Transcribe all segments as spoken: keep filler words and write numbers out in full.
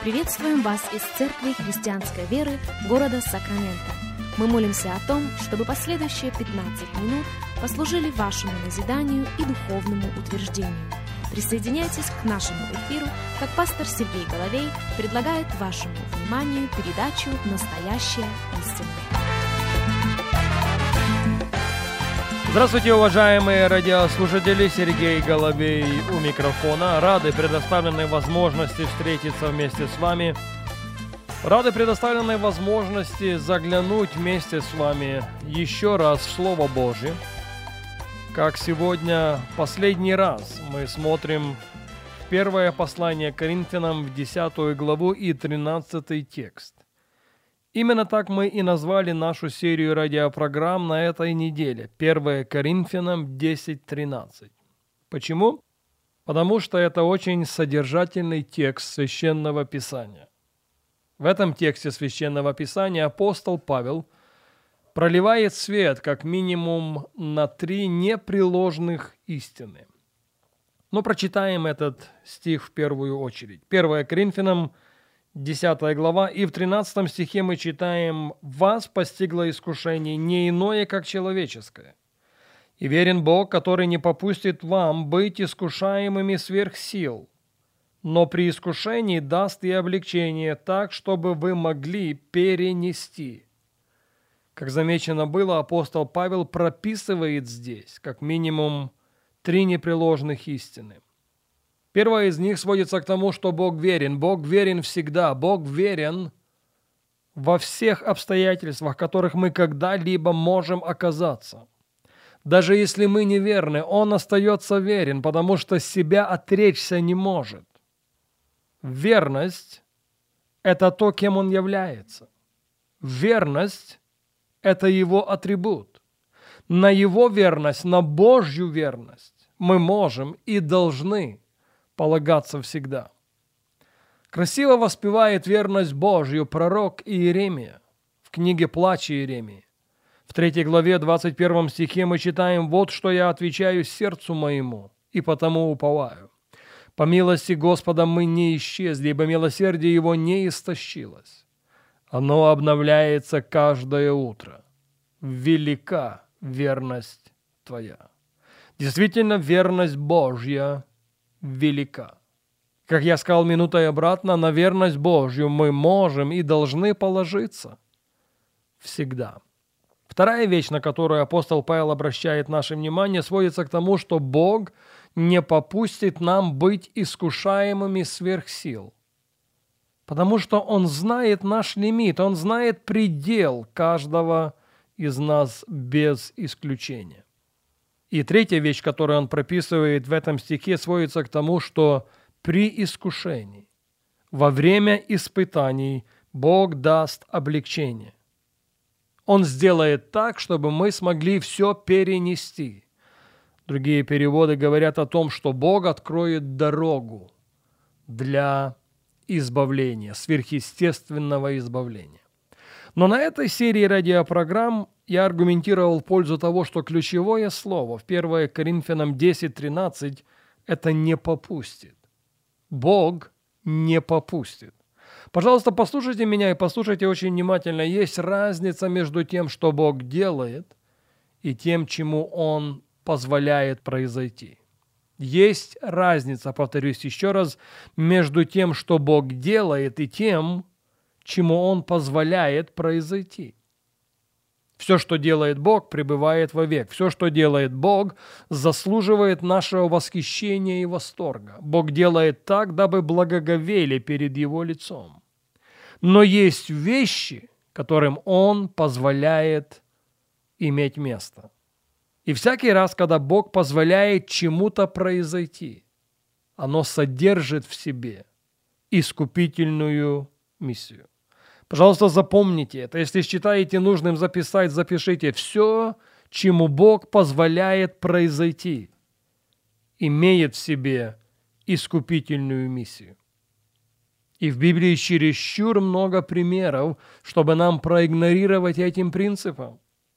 Приветствуем вас из Церкви Христианской Веры города Сакраменто. Мы молимся о том, чтобы последующие пятнадцать минут послужили вашему назиданию и духовному утверждению. Присоединяйтесь к нашему эфиру, как пастор Сергей Головей предлагает вашему вниманию передачу «Настоящая истина». Здравствуйте, уважаемые радиослушатели! Сергей Головей у микрофона. Рады предоставленной возможности встретиться вместе с вами. Рады предоставленной возможности заглянуть вместе с вами еще раз в Слово Божье. Как сегодня последний раз мы смотрим в первое послание Коринфянам в десятую главу и тринадцатый текст. Именно так мы и назвали нашу серию радиопрограмм на этой неделе. первое Коринфянам десять тринадцать. Почему? Потому что это очень содержательный текст Священного Писания. В этом тексте Священного Писания апостол Павел проливает свет как минимум на три непреложных истины. Но прочитаем этот стих в первую очередь. первое Коринфянам десятая глава, и в тринадцатом стихе мы читаем: «Вас постигло искушение не иное, как человеческое. И верен Бог, который не попустит вам быть искушаемыми сверх сил, но при искушении даст и облегчение так, чтобы вы могли перенести». Как замечено было, апостол Павел прописывает здесь как минимум три непреложных истины. Первая из них сводится к тому, что Бог верен. Бог верен всегда. Бог верен во всех обстоятельствах, в которых мы когда-либо можем оказаться. Даже если мы неверны, Он остается верен, потому что себя отречься не может. Верность – это то, кем Он является. Верность – это Его атрибут. На Его верность, на Божью верность мы можем и должны полагаться всегда. Красиво воспевает верность Божью пророк Иеремия в книге «Плач Иеремии». В третьей главе, двадцать первом стихе мы читаем: «Вот что я отвечаю сердцу моему, и потому уповаю. По милости Господа мы не исчезли, ибо милосердие Его не истощилось. Оно обновляется каждое утро. Велика верность Твоя». Действительно, верность Божья велика. Как я сказал минутой обратно, на верность Божью мы можем и должны положиться всегда. Вторая вещь, на которую апостол Павел обращает наше внимание, сводится к тому, что Бог не попустит нам быть искушаемыми сверх сил, потому что Он знает наш лимит, Он знает предел каждого из нас без исключения. И третья вещь, которую он прописывает в этом стихе, сводится к тому, что при искушении, во время испытаний, Бог даст облегчение. Он сделает так, чтобы мы смогли все перенести. Другие переводы говорят о том, что Бог откроет дорогу для избавления, сверхъестественного избавления. Но на этой серии радиопрограмм я аргументировал в пользу того, что ключевое слово в первое Коринфянам десять тринадцать – это «не попустит». Бог не попустит. Пожалуйста, послушайте меня и послушайте очень внимательно. Есть разница между тем, что Бог делает, и тем, чему Он позволяет произойти. Есть разница, повторюсь еще раз, между тем, что Бог делает, и тем, чему Он позволяет произойти. Все, что делает Бог, пребывает вовек. Все, что делает Бог, заслуживает нашего восхищения и восторга. Бог делает так, дабы благоговели перед Его лицом. Но есть вещи, которым Он позволяет иметь место. И всякий раз, когда Бог позволяет чему-то произойти, оно содержит в себе искупительную миссию. Пожалуйста, запомните это. Если считаете нужным записать, запишите. Все, чему Бог позволяет произойти, имеет в себе искупительную миссию. И в Библии чересчур много примеров, чтобы нам проигнорировать этим принципом.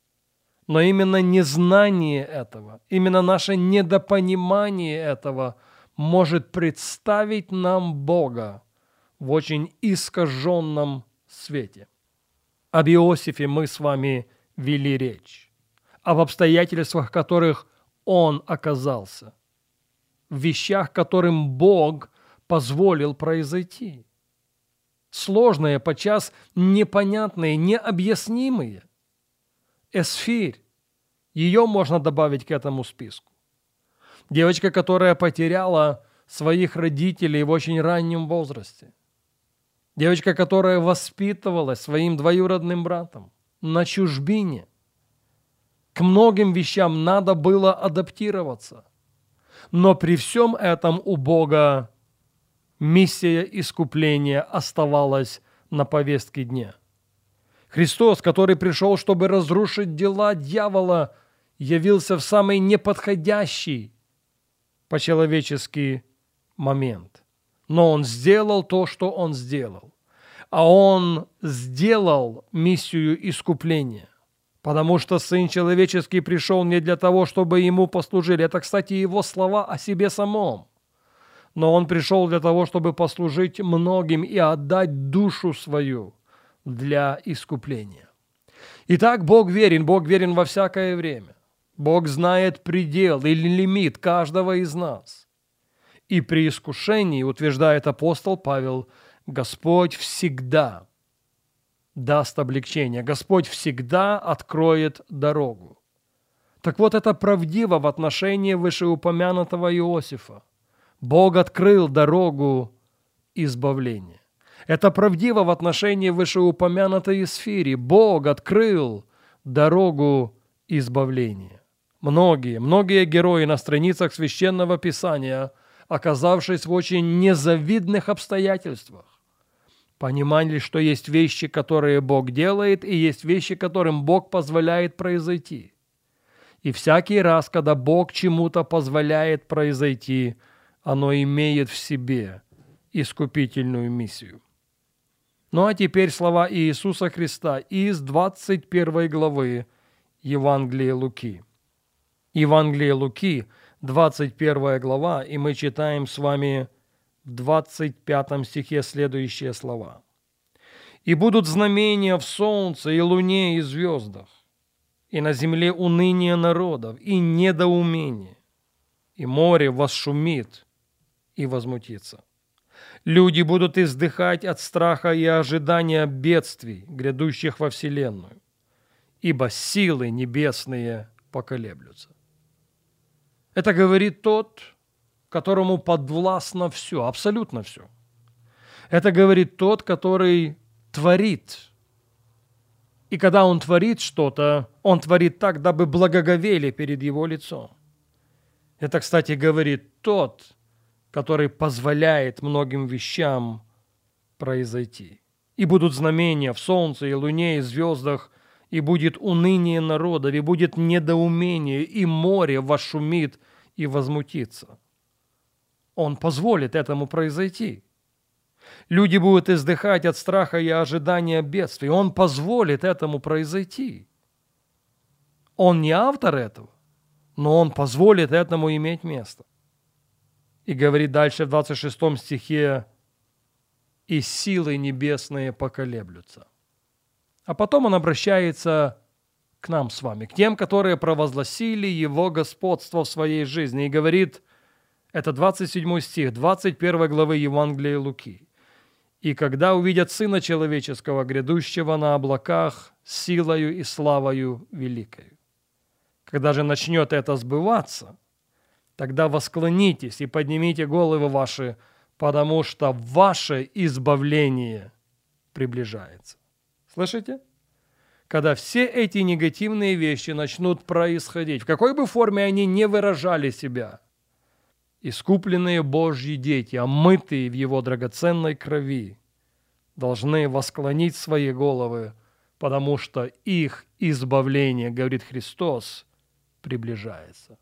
Но именно незнание этого, именно наше недопонимание этого может представить нам Бога в очень искаженном свете. Об Иосифе мы с вами вели речь, об обстоятельствах, в которых он оказался, в вещах, которым Бог позволил произойти. Сложные, подчас непонятные, необъяснимые. Эсфирь, ее можно добавить к этому списку. Девочка, которая потеряла своих родителей в очень раннем возрасте. Девочка, которая воспитывалась своим двоюродным братом на чужбине. К многим вещам надо было адаптироваться. Но при всем этом у Бога миссия искупления оставалась на повестке дня. Христос, который пришел, чтобы разрушить дела дьявола, явился в самый неподходящий по-человечески момент. Но Он сделал то, что Он сделал. А Он сделал миссию искупления. Потому что Сын Человеческий пришел не для того, чтобы Ему послужили. Это, кстати, Его слова о себе самом. Но Он пришел для того, чтобы послужить многим и отдать душу свою для искупления. Итак, Бог верен, Бог верен во всякое время. Бог знает предел или лимит каждого из нас. И при искушении, утверждает апостол Павел, Господь всегда даст облегчение. Господь всегда откроет дорогу. Так вот, это правдиво в отношении вышеупомянутого Иосифа. Бог открыл дорогу избавления. Это правдиво в отношении вышеупомянутой Эсфири. Бог открыл дорогу избавления. Многие, многие герои на страницах Священного Писания, оказавшись в очень незавидных обстоятельствах, понимали, что есть вещи, которые Бог делает, и есть вещи, которым Бог позволяет произойти. И всякий раз, когда Бог чему-то позволяет произойти, оно имеет в себе искупительную миссию. Ну а теперь слова Иисуса Христа из двадцать первой главы Евангелия Луки. Евангелие Луки, двадцать первая глава, и мы читаем с вами в двадцать пятом стихе следующие слова. «И будут знамения в солнце, и луне, и звездах, и на земле уныние народов, и недоумение, и море восшумит и возмутится. Люди будут издыхать от страха и ожидания бедствий, грядущих во вселенную, ибо силы небесные поколеблются». Это говорит тот, которому подвластно все, абсолютно все. Это говорит тот, который творит. И когда он творит что-то, он творит так, дабы благоговели перед его лицом. Это, кстати, говорит тот, который позволяет многим вещам произойти. И будут знамения в солнце, и луне, и звездах, и будет уныние народов, и будет недоумение, и море вошумит и возмутится. Он позволит этому произойти. Люди будут издыхать от страха и ожидания бедствий. Он позволит этому произойти. Он не автор этого, но он позволит этому иметь место. И говорит дальше в двадцать шестом стихе: «И силы небесные поколеблются». А потом он обращается к нам с вами, к тем, которые провозгласили Его господство в своей жизни, и говорит, это двадцать седьмой стих, двадцать первой главы Евангелия Луки. «И когда увидят Сына Человеческого, грядущего на облаках, силою и славою великою». Когда же начнет это сбываться, тогда восклонитесь и поднимите головы ваши, потому что ваше избавление приближается. Слышите? Когда все эти негативные вещи начнут происходить, в какой бы форме они ни выражали себя, искупленные Божьи дети, омытые в Его драгоценной крови, должны восклонить свои головы, потому что их избавление, говорит Христос, приближается.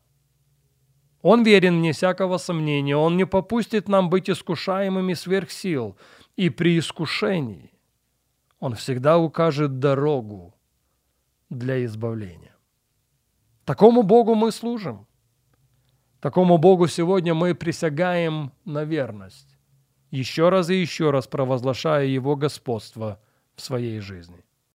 Он верен, вне всякого сомнения, Он не попустит нам быть искушаемыми сверх сил, и при искушении Он всегда укажет дорогу для избавления. Такому Богу мы служим. Такому Богу сегодня мы присягаем на верность. еще раз и еще раз провозглашая Его господство в своей жизни.